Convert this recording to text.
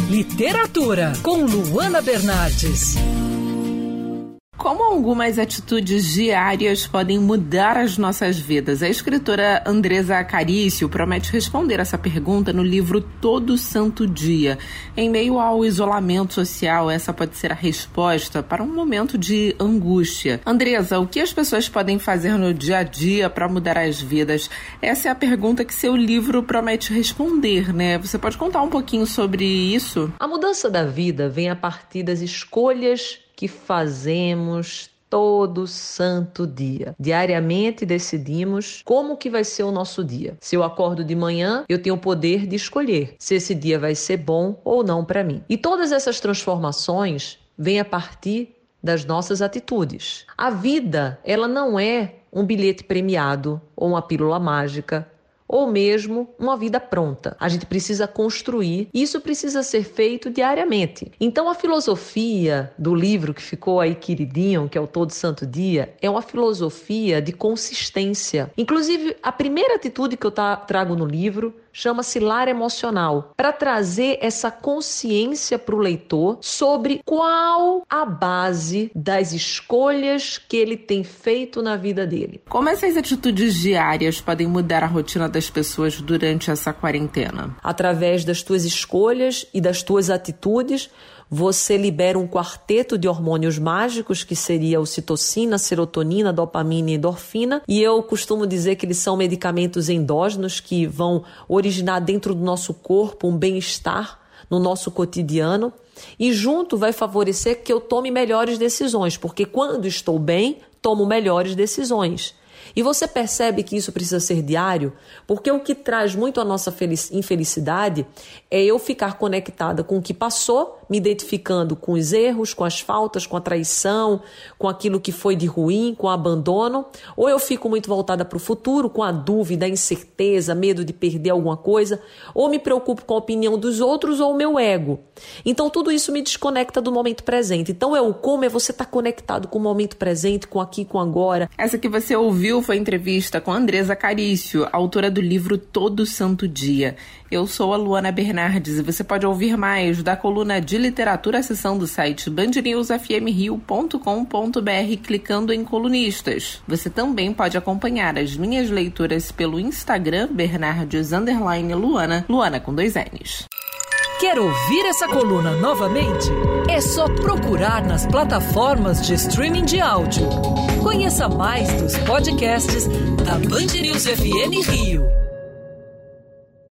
Literatura, com Luana Bernardes. Como algumas atitudes diárias podem mudar as nossas vidas? A escritora Andresa Carício promete responder essa pergunta no livro Todo Santo Dia. Em meio ao isolamento social, essa pode ser a resposta para um momento de angústia. Andresa, o que as pessoas podem fazer no dia a dia para mudar as vidas? Essa é a pergunta que seu livro promete responder, né? Você pode contar um pouquinho sobre isso? A mudança da vida vem a partir das escolhas que fazemos todo santo dia. Diariamente decidimos como que vai ser o nosso dia. Se eu acordo de manhã, eu tenho o poder de escolher se esse dia vai ser bom ou não para mim. E todas essas transformações vêm a partir das nossas atitudes. A vida, ela não é um bilhete premiado ou uma pílula mágica, ou mesmo uma vida pronta. A gente precisa construir, e isso precisa ser feito diariamente. Então a filosofia do livro que ficou aí queridinho, que é o Todo Santo Dia, é uma filosofia de consistência. Inclusive, a primeira atitude que eu trago no livro chama-se lar emocional, para trazer essa consciência para o leitor sobre qual a base das escolhas que ele tem feito na vida dele. Como essas atitudes diárias podem mudar a rotina das pessoas durante essa quarentena? Através das tuas escolhas e das tuas atitudes, você libera um quarteto de hormônios mágicos, que seria a ocitocina, serotonina, dopamina e endorfina. E eu costumo dizer que eles são medicamentos endógenos que vão originar dentro do nosso corpo um bem-estar no nosso cotidiano. E junto vai favorecer que eu tome melhores decisões, porque quando estou bem, tomo melhores decisões. E você percebe que isso precisa ser diário, porque o que traz muito a nossa infelicidade é eu ficar conectada com o que passou, me identificando com os erros, com as faltas, com a traição, com aquilo que foi de ruim, com o abandono, ou eu fico muito voltada para o futuro, com a dúvida, a incerteza, medo de perder alguma coisa, ou me preocupo com a opinião dos outros ou o meu ego. Então tudo isso me desconecta do momento presente. Então é você estar conectado com o momento presente, com aqui, com agora. Essa que você ouviu foi a entrevista com a Andresa Carício, autora do livro Todo Santo Dia. Eu sou a Luana Bernardes e você pode ouvir mais da coluna de literatura, seção do site bandnewsfmrio.com.br, clicando em colunistas. Você também pode acompanhar as minhas leituras pelo Instagram, Bernardes_Luana, Luana com 2 N's. Quer ouvir essa coluna novamente? É só procurar nas plataformas de streaming de áudio. Conheça mais dos podcasts da Band News FM Rio.